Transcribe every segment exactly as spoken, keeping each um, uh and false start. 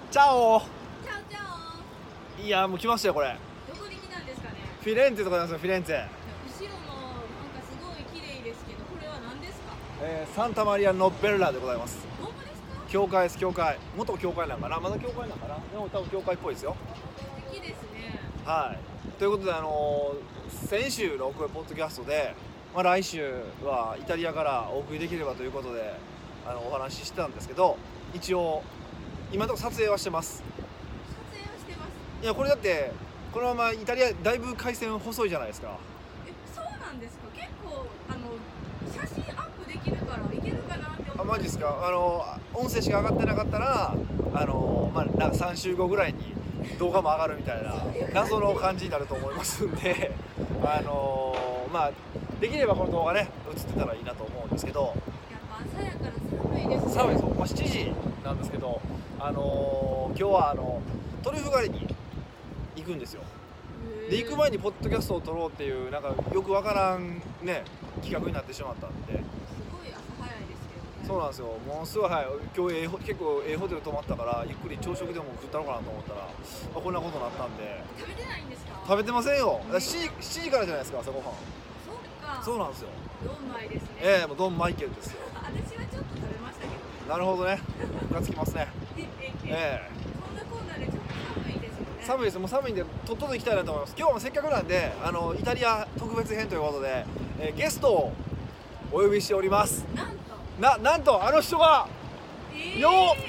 チャオ。 チャオチャオ。 いやもう来ましたよこれ。 どこに来たんですかね。 フィレンツェとかなんですよ、フィレンツェ。 後ろもなんかすごい綺麗ですけど、これは何ですか。 えー、サンタマリア・ノッベッラでございます。 どこですか。 教会です、教会。元教会なんかな、まだ教会なんかな。でも多分教会っぽいですよ。 素敵ですね。 はい。ということであのー、先週のポッドキャストで、まあ、来週はイタリアからお送りできればということであのお話ししてたんですけど、一応今のところ撮影はしてます。 撮影はしてます。 いやこれだってこのままイタリアだいぶ回線細いじゃないですか。 え、そうなんですか。結構あの写真アップできるからいけるかなって思って。 あ、マジですか。あの音声しか上がってなかったらあの、まあ、さん週後ぐらいに動画も上がるみたいな謎の感じになると思いますんであのまあできればこの動画ね映ってたらいいなと思うんですけど、 やっぱ朝やから寒いですね。 寒いですよ、まあ、しちじなんですけど、あのー、今日はあのトリュフ狩りに行くんですよ。で行く前にポッドキャストを撮ろうっていうなんかよくわからんね企画になってしまったんで。 すごい朝早いですけどね。 そうなんですよ、ものすごい早い。今日ええ結構ええホテル泊まったからゆっくり朝食でも食ったのかなと思ったら、あ、こんなことになったんで。 食べてないんですか。 食べてませんよ。しちじからじゃないですか、朝ごはん。 そうか。 そうなんですよ。 ドンマイですね。 ええもうドンマイケルですよ。 私はちょっと食べましたけど。 なるほどね、ムカつきますね。 ええそんなコーナーでちょっと寒いですよね。 寒いです。もう寒いんでとっとと行きたいなと思います。今日もせっかくなんであのイタリア特別編ということで、えー、ゲストをお呼びしております。 なんとななんとあの人が、 えー、 よー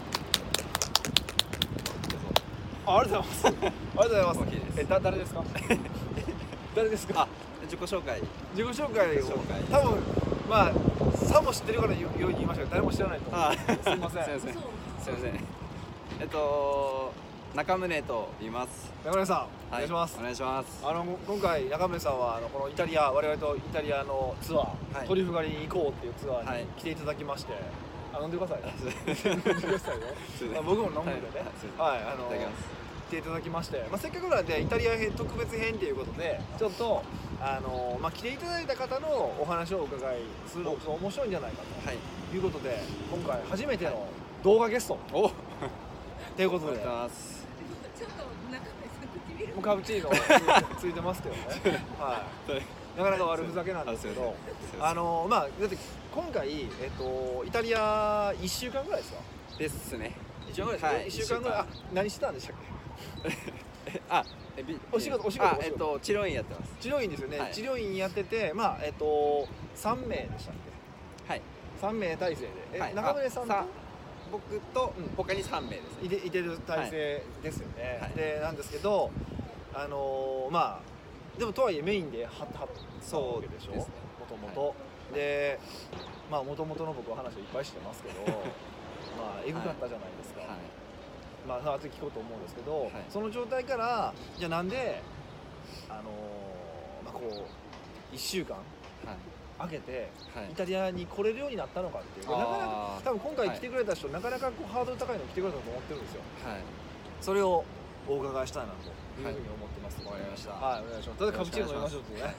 あ、ありがとうございます。ありがとうございます。え、だ誰ですか？誰ですか？ あ、自己紹介。 自己紹介を自己紹介多分まあさも知ってるから言うように言いましたけど誰も知らないと思う。 あ、 すいません。 すいません。 そうすいません。えっと中宗と言います。 中村さん、 はい、 お願いします。 お願いします。 あの今回中村さんはあのこのイタリア我々とイタリアのツアー、はい、トリュフ狩りに行こうっていうツアーに来ていただきまして、はい、あ飲んでください。飲んでくださいよ。僕も飲むんでね。はい、はい、あの。いただきます。来ていただきまして、まあ、せっかくなんでイタリア編特別編ということでちょっとあの、まあ、来ていただいた方のお話をお伺いするのが面白いんじゃないかということで、はい、今回初めての動画ゲストおということで、 ちょっと中身さん唇もうカプチーノついてますけどね、はい、なかなか悪ふざけなんですけど、あのまあだって今回、えっと、イタリアいっしゅうかんぐらいですかですね。 いっしゅうかんぐらいですか、はい、いっしゅうかんぐらい。あ、何してたんでしたっけ？ あ、えびお仕事お仕事あ、えっと治療院やってます。 治療院ですよね、はい、治療院やってて、まあえっとさんめいでしたっけ？はい、さんめい体制で、え、はい、中村さんと僕と他にさんめいです、ね、 いていてる体制ですよね、はい、でなんですけど、あのー、まあでもとはいえメインでははったわけでしょ、もともとで、まあもともとの僕は話をいっぱいしてますけどまあエグかったじゃないですか、はいはい、まあ後で聞こうと思うんですけど、はい、その状態からじゃあなんであのー、まあこういっしゅうかん、はい開けて、はい、イタリアに来れるようになったのかっていう、なかなか多分今回来てくれた人、はい、なかなかこうハードル高いの来てくれたと思ってるんですよ、はい、それをお伺いしたいなというふうに思ってます。 わかりました。 はい、お願いします。ただカプチーノ飲みましょうってね。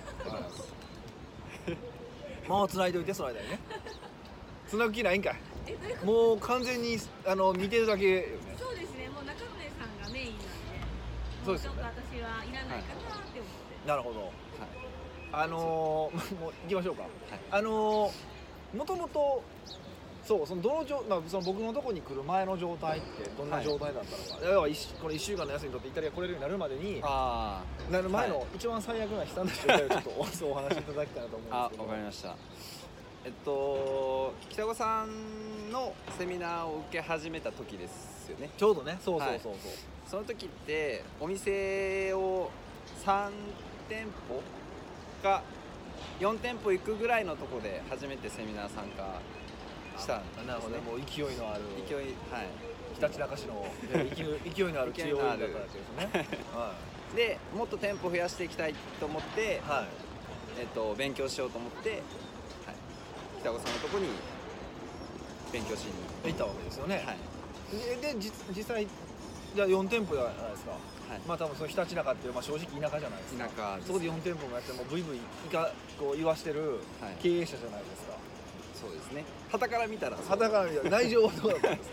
もう繋いでおいて、その間にね。繋ぐ気ないんかい。もう完全にあの見てるだけよね。 そうですね、もう中宗さんがメインなんで、 そうですよね、 ちょっと私はいらないかなって思って。 なるほど。はい、あのー、もう行きましょうか。はい、あのー、もともとそうそのどの状、まあ、その僕のとこに来る前の状態ってどんな状態だったのか。要はこのいっしゅうかんの休みにとってイタリア来れるようになるまでになる前の一番最悪な悲惨な状態をちょっとお話しいただきたいなと思うんですけど。 あ、わかりました。えっと北子さんのセミナーを受け始めた時ですよね。 ちょうどね。そうそうそうそう、はい、 その時ってお店をさんてんぽかよんてんぽ行くぐらいのとこで初めてセミナー参加したんですね。 なるほどね。もう勢いのある勢い、はい、 ひたちなか市の勢いのある治療院だったわけですね。はい、 でもっと店舗増やしていきたいと思って、はい、えっと勉強しようと思って、はい、北子さんのとこに勉強しに行ったわけですよね。はい、でで実際じゃあよんてんぽじゃないですか。はい、まあ多分そのひたちなかっていう、まあ、正直田舎じゃないですか。 田舎です。 そこでよんてんぽもやってもブイブイいかこう言わしてる経営者じゃないですか。 そうですね。傍から見たら傍から見たら内情はどうだったんですか？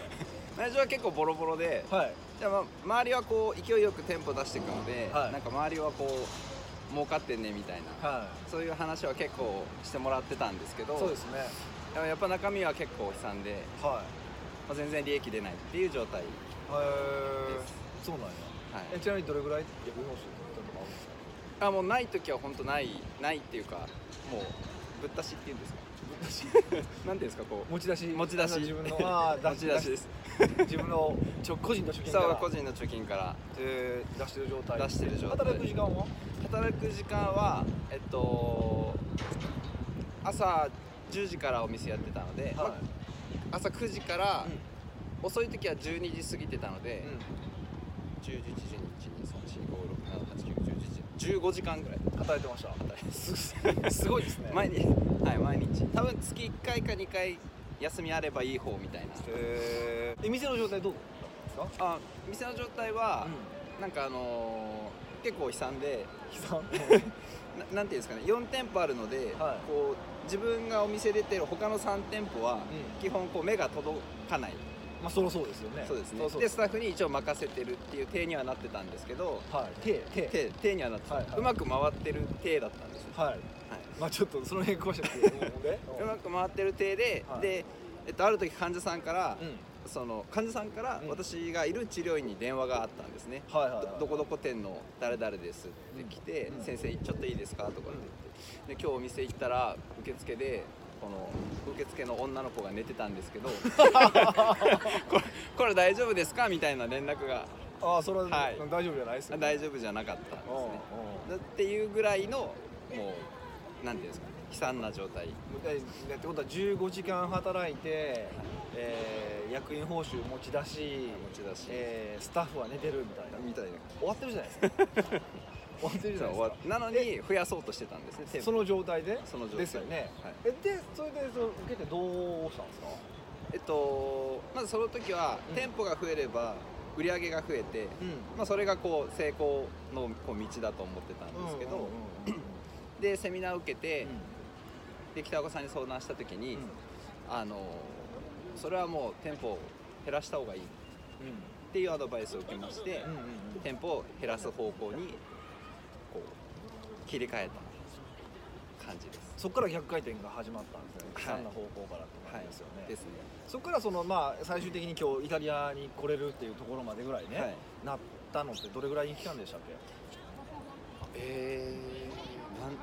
内情は結構ボロボロで、 はいじゃあ、まあ、周りはこう勢いよく店舗出していくので、 はいなんか周りはこう儲かってんねみたいな、 はそういう話は結構してもらってたんですけど、 いそうですねでもやっぱ中身は結構悲惨で、 はいまあ、全然利益出ないっていう状態。 へえそうなんやはい、 えちなみにどれぐらい逆に欲しいとかあるんですか？ あもうない時は本当ないないっていうかもうぶっ出しっていうんですかなんていうんですかこう持ち出し持ち出し自分のあー持ち出しです自分のちょ個人の貯金からそう個人の貯金からえー出してる状態出してる状態働く時間は働く時間はえっと朝じゅうじからお店やってたので、まあ朝くじから、遅い時はじゅうにじ過ぎてたので、じゅう、じゅういち、じゅうに、いち、に、さん、よん、ご、ろく、なな、はち、きゅう、じゅう、じゅういち、じゅうごじかんぐらい働いてました働いてますすすごいですね毎日はい毎日多分月いっかいかにかい休みあればいい方みたいな。 えー、店の状態どうだったんですか？ あ店の状態は、なんかあのー、結構悲惨で悲惨ななんていうんですかねよん店舗あるので、 はいこう自分がお店出てる他のさん店舗は、 ん基本こう目が届かない、 まあそりゃそうですよねそうですねそうそうでスタッフに一応任せてるっていう体にはなってたんですけどはい手手体体にはなってた、 はいはいうまく回ってる体だったんですよ、 はいはいまあちょっとその辺詳しくてでうまく回ってる体で、 はいで、えっと、ある時患者さんから、 うんその患者さんからうん私がいる治療院に電話があったんですね、 はいはいはいどどこどこ店の誰々ですって来て、 うん先生ちょっといいですかとかって言って、で今日お店行ったら受付でこの受付の女の子が寝てたんですけどこれこれ大丈夫ですかみたいな連絡がああそれははい大丈夫じゃないですよね大丈夫じゃなかったんですねうんうんだっていうぐらいのもうなんていうんですかね悲惨な状態。 えってことはじゅうごじかん働いて、えー、役員報酬持ち出し持ち出し、 えースタッフは寝てるみたいなみたいな終わってるじゃないですか終わってるじゃないですかなのに増やそうとしてたんですね店舗その状態でその状態ですよね、 はいえでそれでその受けてどうしたんですか？ えっとまずその時は、 うん店舗が増えれば売り上げが増えて、 うんまあ、それがこう成功のこう道だと思ってたんですけど、 うんうんうんでセミナーを受けて、 うんで北岡さんに相談した時に、 うんあのそれはもう店舗を減らした方がいいっていうアドバイスを受けまして、 うんうんうん店舗を減らす方向にこう切り替えた感じです。 そこから逆回転が始まったんですよね、 はい悲惨な方向からって感じですよね、 ですね。 そこからそのまあ最終的に今日イタリアに来れるっていうところまでぐらいね、 はいなったのってどれぐらいの期間でしたっけ？ えー、なんう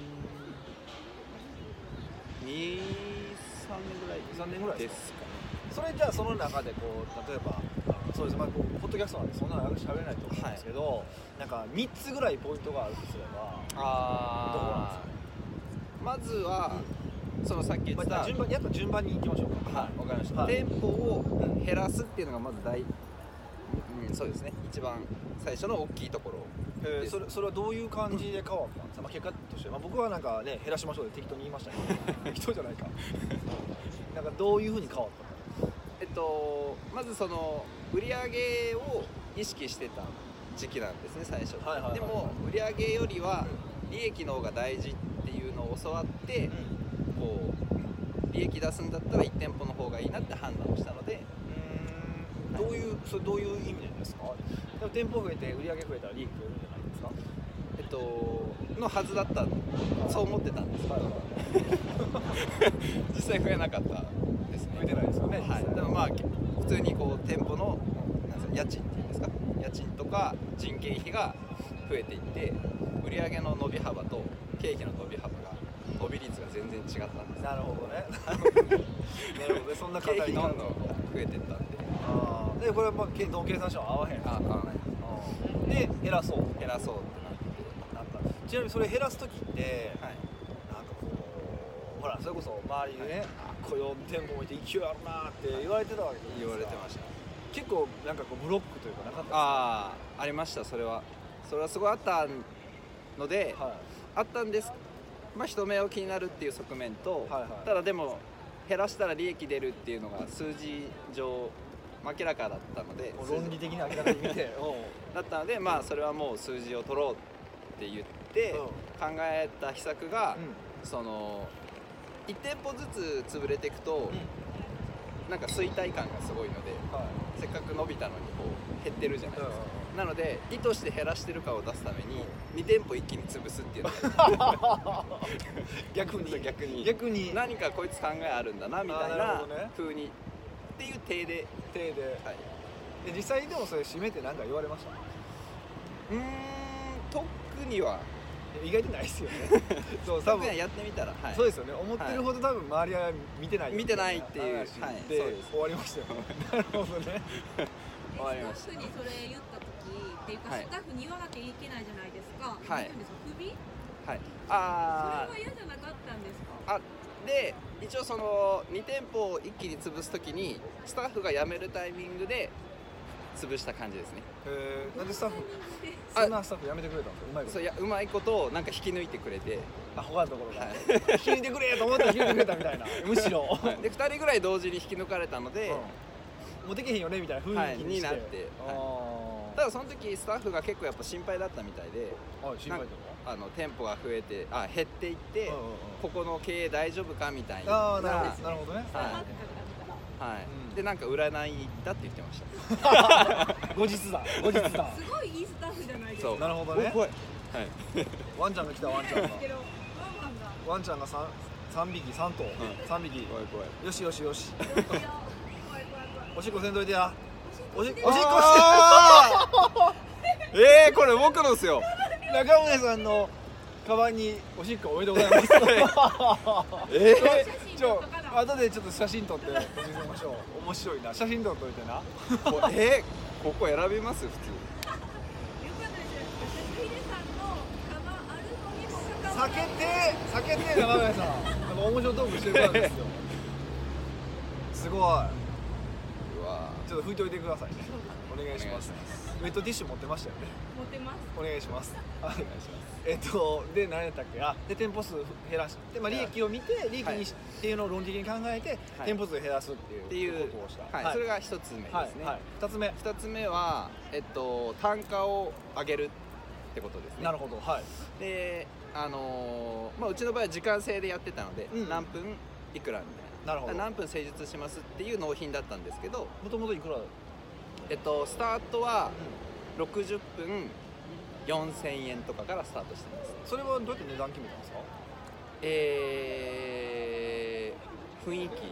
ーんに、さんねんぐらいにさんねんぐらいでですすかね。 それじゃあその中でこう例えばそうですまあこうポッドキャストなんでそんな長く喋れないと思うんですけど、なんかみっつぐらいポイントがあるとすればあーまずは、そのさっき言ってた、 まあ順番やっぱ順番に行きましょうか。 はい、わかりました、 はい店舗を減らすっていうのがまず大、うん、そうですね一番最初の大きいところえー、 ですそれそれはどういう感じで変わったんですか？まあ、結果として、まあ、僕はなんかね減らしましょうって適当に言いましたけど適当じゃないかなんかどういうふうに変わったの？ えっとまずその売り上げを意識してた時期なんですね最初、 はいはいはいはいでも売り上げよりは利益の方が大事っていうのを教わって、こう利益出すんだったらいち店舗の方がいいなって判断をしたので、 うーんどういうそれどういう意味なんですか？でも店舗増えて売り上げ増えたら利益増えるんじゃないですか？ えっとのはずだったそう思ってたんですけど、 はいはい実際増えなかったですね。 増えてないですよねはい、 実際でもまあ普通にこう店舗のなんですか家賃っていうんですか、家賃とか人件費が増えていって売上の伸び幅と経費の伸び幅が伸び率が全然違ったんです。 なるほどねなるほどねそんな経費どんどんど増えてったんで、 あーでこれはまあけどう計算しても合わへんああで減らそう減らそうってなったちなみにそれ減らす時ってなって、はい、 なんかこうほらそれこそ周りでね、あこよん店舗もいて勢いあるなって言われてたわけじゃないですか。 言われてました。 結構なんかこうブロックというかなかったですか？ ああありました。それはそれはすごいあったので、 はいあったんですまあ人目を気になるっていう側面と、 はいはいただでも減らしたら利益出るっていうのが数字上明らかだったので、 論理的に明らかに見てだったので、まあそれはもう数字を取ろうって言ってうん考えた秘策が、 うんそのいち店舗ずつ潰れていくと、 うんなんか衰退感がすごいので、 はい伸びたのにこう減ってるじゃないですか、 うなので意図して減らしてる感を出すためにに店舗一気に潰すっていうのが逆に逆に逆に何かこいつ考えあるんだなみたいあーなるなほどね風にっていう体で、 手ではい、 で実際でもそれ締めて何か言われました？ うーん特には意外とないですよねそう多分特にはやってみたら、はい、 そうですよね思ってるほど多分周りは見てない見てないっていう話はいでそうです終わりましたよなるほどね終わりましたスタッフにそれ言った時っていうか、 はいスタッフに言わなきゃいけないじゃないですか。 はいどういうんですか、首？ はい、 そあれは嫌じゃなかったんですか？ ーあで一応そのに店舗を一気に潰すときにスタッフが辞めるタイミングで潰した感じですね。 えー、なんでスタッフあそんなスタッフやめてくれたんですか？うまいことそういやうまいことをなんか引き抜いてくれて、 あ他のところが、 はい聞いてくれと思ったら聞いてくれたみたいなむしろ、 はいでふたりぐらい同時に引き抜かれたので、 うんもうできへんよねみたいな雰囲気にして、 はいになってあただその時スタッフが結構やっぱ心配だったみたいで、 ーはい心配だあの店舗が増えてあ減っていって、 うんうんうんここの経営大丈夫かみたいなああなるほどなるほどね、 はいはいうんでなんか占いだって言ってました後日だ後日だすごいいいスタッフじゃないですか。 そうなるほどねお怖いはいワンちゃんが来たワンちゃんがけどワンワンがワンちゃんが 3, 三匹さん頭、 ん三匹怖い怖いよしよしよし怖い怖い怖い。 おしっこせんといてやおしおしっこあーえー、これ僕のっすよして中宗さんのカバンにおしっこおめでとうございますえ写真ちょ撮っとかな後でちょっと写真撮って見せましょう面白いな写真撮っといてなー、こえー、ここ選びます普通よかったですよ。ヒデさんのカバンあるのにもかかわらず避けて避けて中宗さんなんか面白トークしてるからですよすごいうわちょっと拭いといてくださいねお願いしますお願いしますウェットティッシュ持ってましたよね持ってます。 お願いしますあお願いしますえっとで何やったっけあで店舗数減らして、まあ、利益を見て利益にし、っていうのを論理的に考えて、 はい店舗数減らすっていうっていうことをしたはい、それが一つ目ですね、 はいはい、ふたつめふたつめは、えっと、単価を上げるってことですねなるほどはいであのーまあ、うちの場合は時間制でやってたので、 うん何分いくらみたいななるほど何分施術しますっていう納品だったんですけど、 もともといくら、 えっと、スタートはろくじゅっぷんよんせんえんとかからスタートしてますそれはどうやって値段決めたんですかえー、雰囲気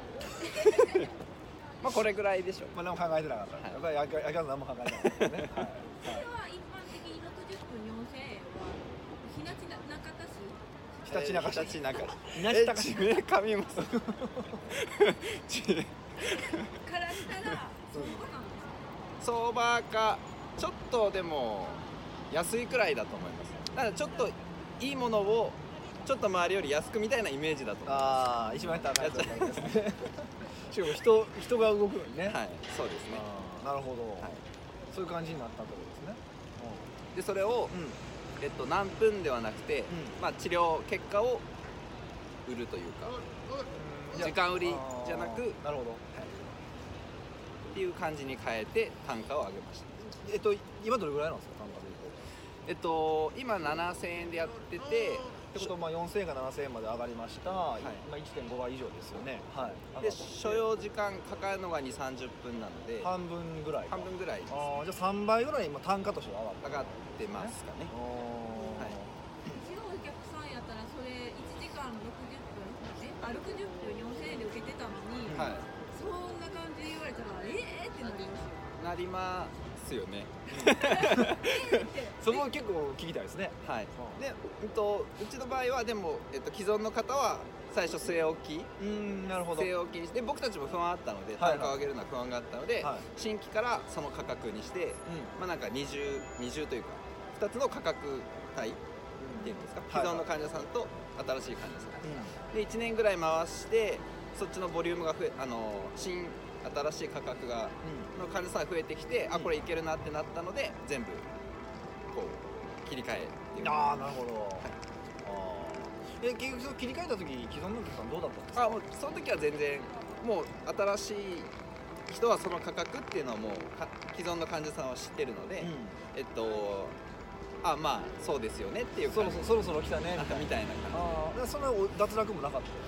まあこれぐらいでしょうまあ何も考えてなかった、 はいやっぱりあかあかん何も考えてなかったですねはい、 それは一般的にろくじゅっぷんよんせんえんはひなちな中田市ひたちなか市ひたちなかひなちなか市え地名噛みます地名からしたらそうなんですか？ 相場かちょっとでも安いくらいだと思いますだからちょっといいものをちょっと周りより安くみたいなイメージだと思いまああ一番やったらあかんやつですねしかも人人が動くのにね、 すはいそうですねあーなるほど、 はいそういう感じになったってことですねでそれを、 うん、うんえっと、何分ではなくて、まあ、治療結果を売るというか時間売りじゃなくあーなるほどっていう感じに変えて単価を上げましたえっと今どれぐらいなんですか単価でいうとえっと今ななせんえんでやっててってことはまあよんせんえんがななせんえんまで上がりました、 いまあ、いってんごばい以上ですよねはいで所要時間かかるのがにじゅうさんじゅっぷんなので半分ぐらいか半分ぐらいですああじゃあさんばいぐらい今単価としては上がった上がってますかねあはい違うお客さんやったらそれいちじかんろくじゅっぷんえあろくじゅっぷんよんせんえんで受けてたのに、 はいそんな感じで言われたらえーってなりますよ。 なりますよねえーってそこは結構聞きたいですねはいうんで、うんと、うちの場合はでも、えっと、既存の方は最初据え置きうーんなるほど据え置きにして僕たちも不安あったのではいはい単価を上げるのは不安があったので、 はい新規からその価格にして、まあなんか二重二重というかふたつの価格帯っていうんですか、既存の患者さんと新しい患者さんでいちねんぐらい回してそっちのボリュームが増えあの新新しい価格がの患者さんが増えてきて、あこれいけるなってなったので全部こう切り替えっていうああなるほど、あーえ結局その切り替えた時既存のお客さんどうだったんですかあもうその時は全然もう新しい人はその価格っていうのはもうか既存の患者さんは知ってるので、えっとあまあそうですよねっていうそろ感じそろそろそろ来たねみたいなみたいな感ああそんなお脱落もなかったですか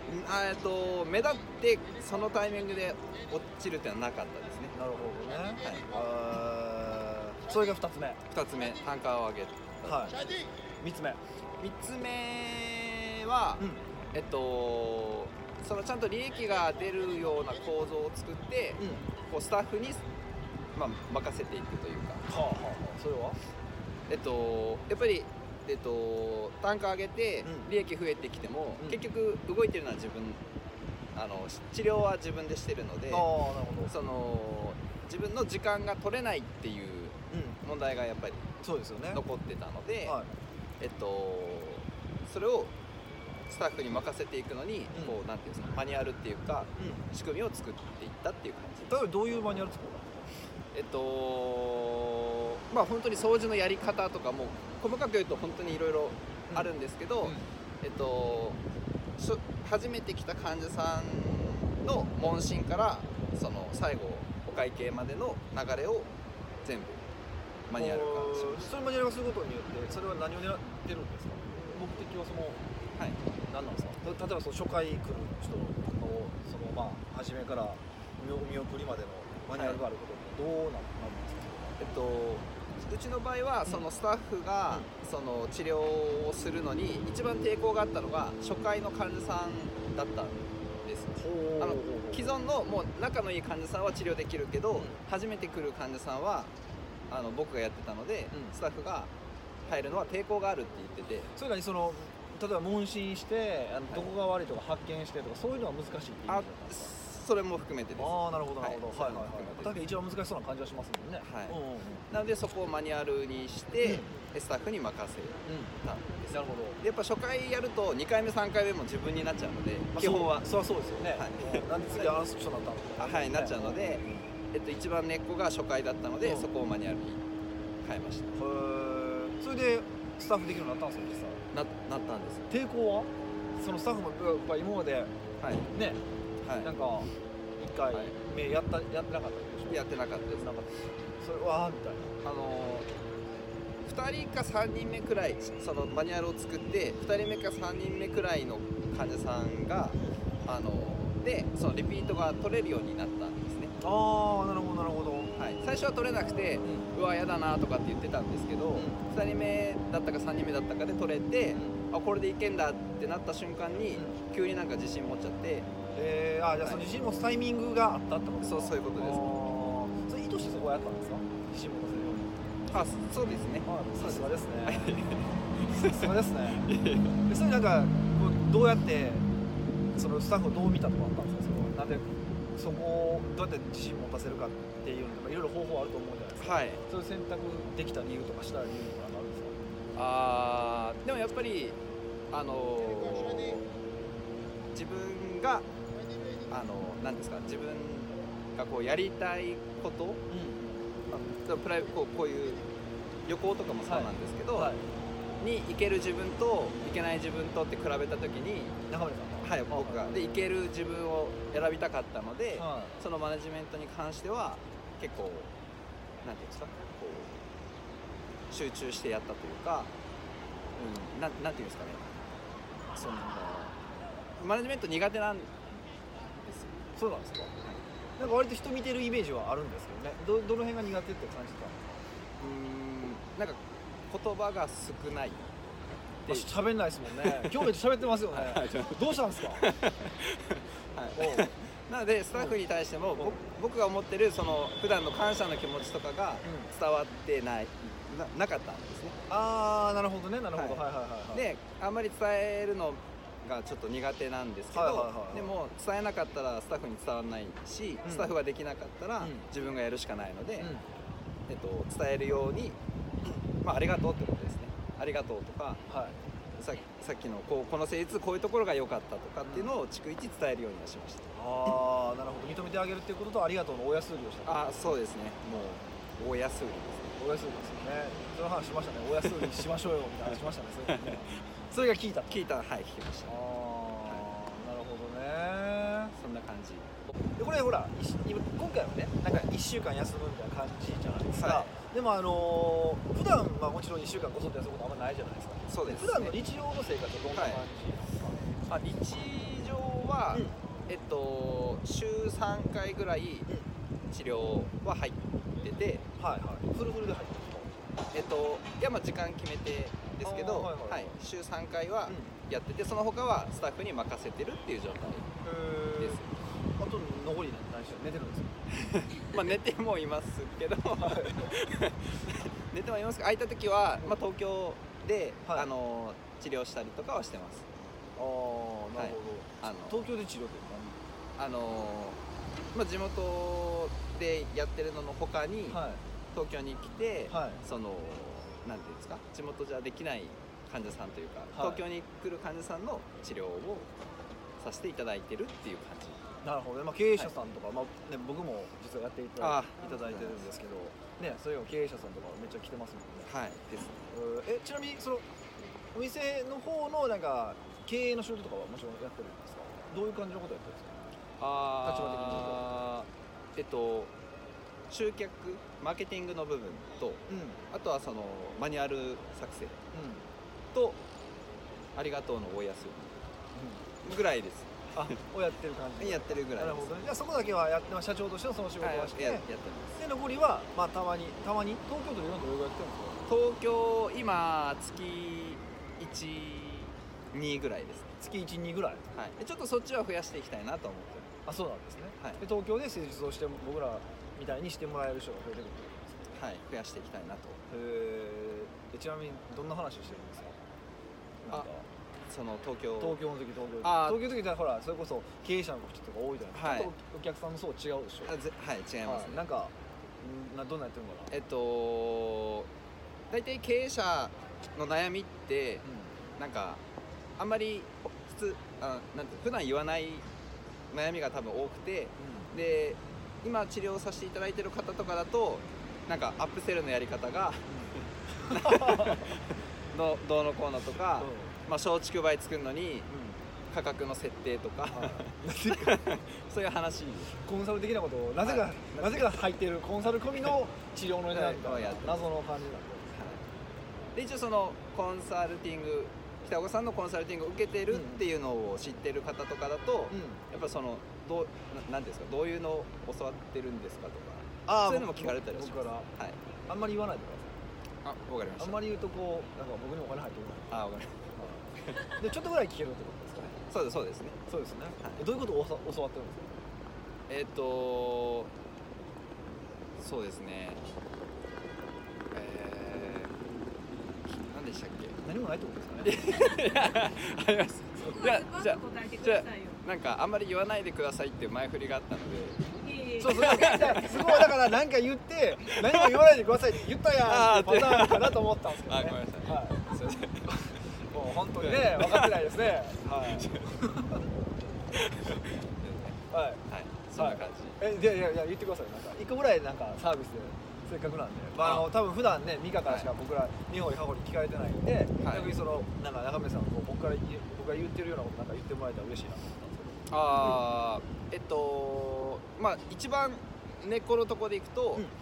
あえっと目立ってそのタイミングで落ちるっていうのはなかったですね。 なるほどね。 はい、 あーそれがふたつめ。 ふたつめ単価を上げた。 はい。みっつめ。 みっつめは、 うんえっとそのちゃんと利益が出るような構造を作って、 うん。 こうスタッフに、まあ、任せていくというか、 はあはあはあ。それは？ えっとやっぱり、えっと、単価上げてうん利益増えてきても、 うん結局動いてるのは自分、あの治療は自分でしてるので、 ああなるほど。 その自分の時間が取れないっていううん。 問題がやっぱりそうですよね。 残ってたので、 はい。 えっと、それをスタッフに任せていくのに、 うんこうなんていうんですか、マニュアルっていうかうん。 仕組みを作っていったっていう感じ。 例えばどういうマニュアル作るの？ えっとまあ本当に掃除のやり方とかも細かく言うと本当にいろいろあるんですけど、 うんえっとしょ初めて来た患者さんの問診からその最後お会計までの流れを全部マニュアル化しましそれマニュアル化することによってそれは何を狙ってるんですか？目的はそのた。はい、 何なんですか？例えばその初回来る人のそのまあ初めから見見送りまでのマニュアルがあることってどうなるんですか？ えっとうちの場合はそのスタッフがその治療をするのに一番抵抗があったのが初回の患者さんだったんですよ。あの既存のもう仲のいい患者さんは治療できるけど、 うん初めて来る患者さんはあの僕がやってたので、 うんスタッフが入るのは抵抗があるって言ってて、 それなりにその例えば問診してあのはいどこが悪いとか発見してとかそういうのは難しいっていう意味あだったんですか？ それも含めてです。 ああなるほどなるほど、 ははいいはいはい確かに一番難しそうな感じはしますもんね。 はいうんうんうんなのでそこをマニュアルにして、スタッフに任せたんです。 なるほど。 でやっぱ初回やるとにかいめさんかいめも自分になっちゃうので、基本はそうそりゃそうですよね。 はいうんなんで次あの人になったの？ あはいなっちゃうので、えっと、一番根っこが初回だったので、 うんそこをマニュアルに変えました。 へーそれでスタッフできるようになったんですよ実際。 ななったんです。 抵抗はそのスタッフもやっぱ今まではいねはいなんか一回はい目やったやってなかったでしょ？ やってなかったです。 なかったそれはみたいな。 あのふたりかさんにんめくらいそのマニュアルを作ってふたりめかさんにんめくらいの患者さんがあのでそのリピートが取れるようになったんですね。 ああなるほどなるほど。 はい、最初は取れなくて、うわやだなとかって言ってたんですけど、 んふたりめだったかさんにんめだったかで取れて、あこれでいけんだってなった瞬間に、急になんか自信持っちゃって、 えー、あじゃあその自信持つタイミングがあったってことですか？ そうそういうことです。 あーそれ意図してそこはやったんですか？自信持たせるように。 あそうですね。 あさすがですね。さすがですね。でそれなんかこうどうやってそのスタッフをどう見たとかあったんですか？そのなんでそこをどうやって自信持たせるかっていうのとかいろいろ方法あると思うじゃないですか。 はい。 それ選択できた理由とかした理由とかあるんですか？ あーでもやっぱりあのー自分があのなんですか自分がこうやりたいこと、あプライこうこういう旅行とかもそうなんですけど、 はい。 に行ける自分と行けない自分とって比べた時に、 中森さんはい、僕がで行ける自分を選びたかったので、 はそのマネジメントに関しては結構なんていうんですかこう集中してやったというか、うん、なんなんていうんですかねそのマネジメント苦手なんですよ。 い。そうなんですか。なんか割と人見てるイメージはあるんですけどね。どどの辺が苦手って感じたんですか？ うーんなんか言葉が少ないあ喋んないですもんね。今日めっちゃ喋ってますよね。どうしたんですか？ はいおうなのでスタッフに対しても僕僕が思ってるその普段の感謝の気持ちとかが伝わってないななかったんですね。 ああなるほどねなるほど、 ははい、はいはいはいであんまり伝えるのがちょっと苦手なんですけど、 はいはいはいはいでも伝えなかったらスタッフに伝わらないし、 うんスタッフができなかったらうん自分がやるしかないので、 うんえっと、伝えるように、まあ、ありがとうってことですね。ありがとうとかはいささっきのこうこの施術こういうところが良かったとかっていうのを逐一伝えるようにはしました。 ああなるほど認めてあげるっていうこととありがとうの大安売りをしたあそうですねもう大安売りですね。 大安売りですよねその話しましたね大安売りしましょうよみたいな話しましたねそれねそれが聞いた聞いたはい聞きました。 ああなるほどねそんな感じ。 でこれほらいし今今回はねなんかいっしゅうかん休むみたいな感じじゃないですか、 はでもあのー、普段はもちろんいっしゅうかんこそっと休むことあんまないじゃないですかそうですね普段の日常の生活はどんな感じなんですか？ あ日常は、 うん、 えっと週さんかいぐらい治療は入ってて、 はいはいフルフルで入ってるんですか？ えっといやまあ時間決めてですけど、 あーはいはいはいはい、週さんかいはやってて、その他はスタッフに任せてるっていう状態へです。 あと残り何して寝てるんですか？ まあ寝てもいますけど寝てもいますけど空いた時は、まあ、東京で、 はい、 あの治療したりとかはしてます。 ああなるほど、 あの東京で治療ってあのまあ、地元でやってるのの他に、 何？はい東京に来て、 はいそのなんていうんですか、地元じゃできない患者さんというか、 はい東京に来る患者さんの治療をさせていただいてるっていう感じ。 なるほどね、まあ、経営者さんとか、はい、まあね、僕も実はやっていただあいただいてるんですけどね、そういうの経営者さんとかめっちゃ来てますもんね。 はいですえね。 ちなみにそのお店の方のなんか経営の仕事とかはもちろんやってるんですか？どういう感じのことやってるんですか？ あ立場的に言うとえっと集客マーケティングの部分と、 うんあとはそのマニュアル作成うんとありがとうの大安ぐらいです。 あをやってる感じやってるぐらいです。 なるほどね。じゃあそこだけはやって、まあ、社長としてのその仕事はい、 はして、 ややってます。 で残りはまあたまにたまに東京都でどれぐらいやってるんですか？ 東京今月いち、にぐらいですね。 月いち、にぐらい。 はい。でちょっとそっちは増やしていきたいなと思ってあ、そうなんですね、 はいで東京で施術をして僕らみたいにしてもらえる人が増えてくるってことですか？ はい、増やしていきたいなと。 へー。ちなみにどんな話をしてるんですか？なんかその東京東京の時東京あー東京の時ってほらそれこそ経営者の人とか多いじゃないですか、 はいちょっとお客さんの層違うでしょ？ あぜはい違いますね。 はいなんかんなどんなやってるのかな？ えっと大体経営者の悩みってなんかあんまり普通あなんて普段言わない悩みが多分多くて、 うんで今治療させていただいてる方とかだとなんかアップセルのやり方がどどうのこうのとか、まあ、松竹梅作るのに価格の設定とか、 はいそういう話コンサル的なことをなぜか、 はいなぜか入ってるコンサル込みの治療の値段みたいなはいやって謎の感じなんでで一応そのコンサルティング北岡さんのコンサルティングを受けてるっていうのを知ってる方とかだと、 うんやっぱそのどうななんですかどういうのを教わってるんですかとかあーそういうのも聞かれたりします。 僕からはい。 あんまり言わないでくだあ、わかりました。 さいあんまり言うとこうなんか僕にお金入ってくるあ、わかりましでちょっとぐらい聞けるってことですかね？ た。そうですそうですね。 そうですね、 はいえどういうことを教教わってるんですか？ えっとそうですね。えー、き何でしたっけ？ 何もないってことですかね？ あります。 そこじゃはあじゃあ答えてくじゃださいよ。 あなんかあんまり言わないでくださいっていう前振りがあったので。 いえいえそうそうだからすごいだから何か言って何も言わないでくださいって言ったやんっていうパターンかなと思ったんですけどね。 あごめんなさいはいすいません。 もう本当にね分かってないですね。はい。はい。 はい。そんな感じ。 えいやいやいや言ってください。なんか一個ぐらいなんかサービスでせっかくなんで、まああの多分普段ねミカからしか僕ら二本はほに聞かれてないんで、 はい逆にそのなんか中村さんこう僕から言う僕が言ってるようなことなんか言ってもらえたら嬉しいなと思ったんですけど。 あーえっとまあ一番根っこのところでいくと、 うん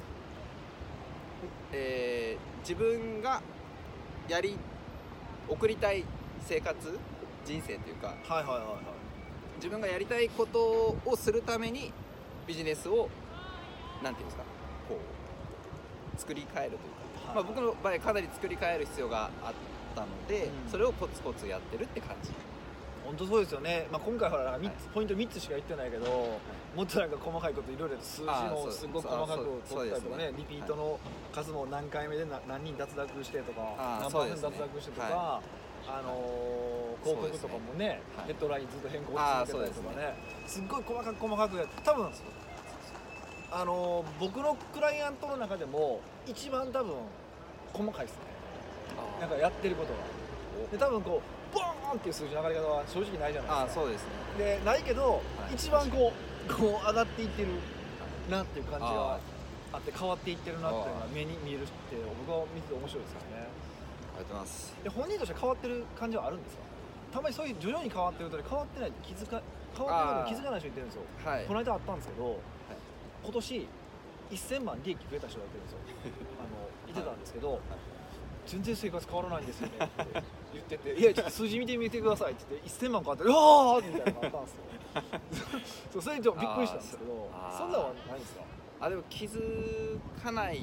えー自分がやり送りたい生活人生というかはいはいはいはい。 自分がやりたいことをするためにビジネスをなんていうんですかこう作り変えるというか、まあ、僕の場合かなり作り変える必要があったので、 うんそれをコツコツやってるって感じ。 本当そうですよね、まあ、今回ほらなんかみっつ、 はいポイントみっつしか言ってないけど、もっとなんか細かいこといろいろ数字もあーそうすごく細かく取ったりとかね、 そうそうですねリピートの数も何回目でな何人脱落してとか、 あー何パーセント脱落してとか、 はあのー広告とかもね、 はいヘッドラインずっと変更あー続けたりとかね、すっごい細かく細かくやって多分あのー僕のクライアントの中でも一番多分細かいですね。なんかやってることがで多分こうボーンっていう数字の上がり方は正直ないじゃないですか。 あそうですね。 でないけど、 い一番こうこう上がっていってるなっていう感じがあって変わっていってるなっていうのが目に見えるって僕は見てて面白いですよね。 ありがとうございます。 で本人として変わってる感じはあるんですか？たまにそういう徐々に変わってるとね変わってないって気づか変わってるのに気づかない人いてるんですよ。 はいこの間あったんですけど、今年せんまん利益増えた人がいてるんですよ。あの言ってたんですけど、 全然生活変わらないんですよねって言ってて「いやちょっと数字見てみてください」って言ってせんまん変わって「うわー!」みたいなのがあったんですよそうそれちょっとびっくりしたんですけどあーそんなのはないんですかあでも気づかない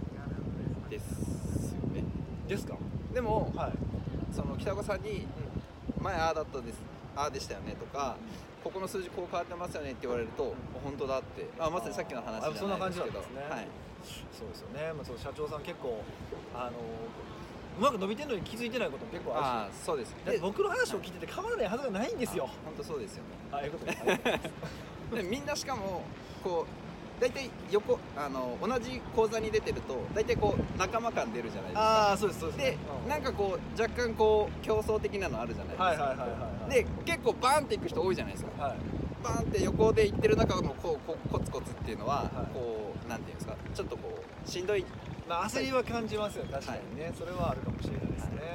ですよね。 ですかでもはい、 その北岡さんに前ああだったですああでしたよねとかここの数字こう変わってますよねって言われると本当だってあまさにさっきの話じゃないですけど、 あそんな感じなんですねはい、 そうですよね、まあ、そう社長さん結構あのうまく伸びてるのに気づいてないことも結構あああそうです。 るしで僕の話を聞いてて変わらないはずがないんですよ。 本当そうですよね。 ああいうことねでみんなしかもこう大体横あの同じ講座に出てると大体こう仲間感出るじゃないですか。 ああそうですそうです、 でうんなんかこう若干こう競争的なのあるじゃないですか。 はいはいはいはいはいで結構バーンっていく人多いじゃないですか。 はいバーンって横で行ってる中もこうこうコツコツっていうのは、 はいこうなんていうんですかちょっとこうしんどい。 まあ焦りは感じますよ確かにね、それはあるかもしれないですね、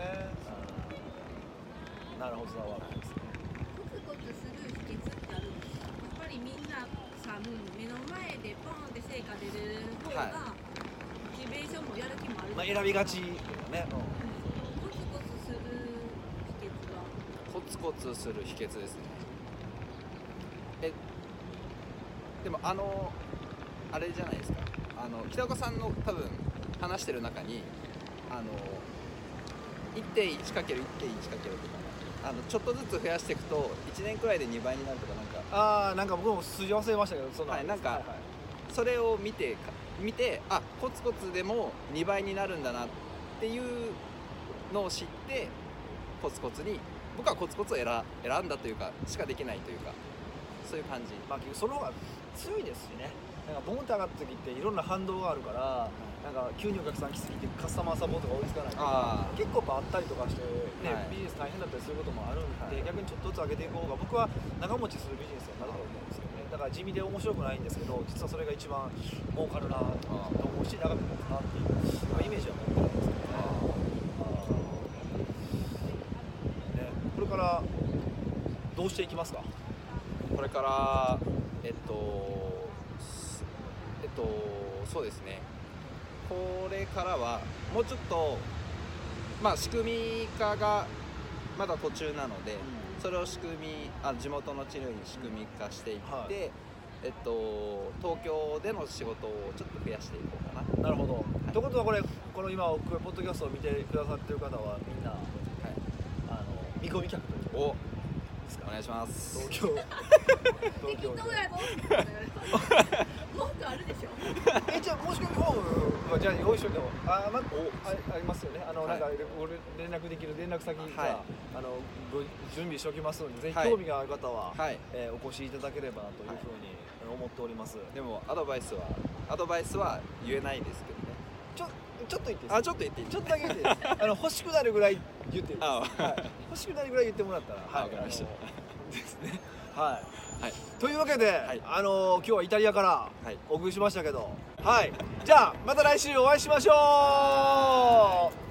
うんなるほどそれは分かりますねコツコツする秘訣ってあるんですか？やっぱりみんなさ目の前でポンって成果出る方が、 はモチベーションもやる気もある。 まあ選びがちっていうかね、 コツコツする秘訣は。 コツコツする秘訣ですね。えでもあのあれじゃないですかあの北岡さんの多分話してる中にあの いってんいちかけるいってんいちかける とかあのちょっとずつ増やしていくといちねんくらいでにばいになるとかなんかああなんか僕も数字忘れましたけどそんなはいなんかはいはいそれを見てか見てあコツコツでもにばいになるんだなっていうのを知ってコツコツに僕はコツコツを選選んだというかしかできないというかそういう感じ。 まあ結局その方が強いですしねなんかボンって上がった時っていろんな反動があるからなんか急にお客さん来すぎてカスタマーサポートが追いつかないとかあー結構やっぱあったりとかして、ねはいビジネス大変だったりすることもあるんで、 はい逆にちょっとずつ上げていこうが僕は長持ちするビジネスになると思うんですけどねだから地味で面白くないんですけど実はそれが一番儲かるなと思うし長く持つなっていう、まあ、イメージは持ってるんですけどねねこれからどうしていきますか？ これからえっとすえっとそうですねこれからはもうちょっとまあ仕組み化がまだ途中なので、それを仕組みあ地元の治療に仕組み化していって、 はいえっと東京での仕事をちょっと増やしていこうかな。 なるほど。ということはこれこの今僕ポッドキャストを見てくださってる方はみんなはい、 あの見込み客ということおですかお願いします。 東京東京で適当やぞって言われる。もっとあるでしょ。 えじゃあ申し込みフォームはじゃあ用意しといてもあ、ま、あ, ありますよねあの、 はいなんか俺連絡できる連絡先が、 はいあのご準備しておきますのでぜひはい興味がある方は、 はいえーお越しいただければなというふうに思っております、 でもアドバイスはアドバイスは言えないですけどね。 ちょちょっと言っていいですかあちょっと言っていいちょっとだけ言っていいですかあの欲しくなるぐらい言っていいですあはい、欲しくなるぐらい言ってもらったらあわかりましたあのですねはいはいというわけで、 いあの今日はイタリアからはいお送りしましたけどはいじゃあまた来週お会いしましょう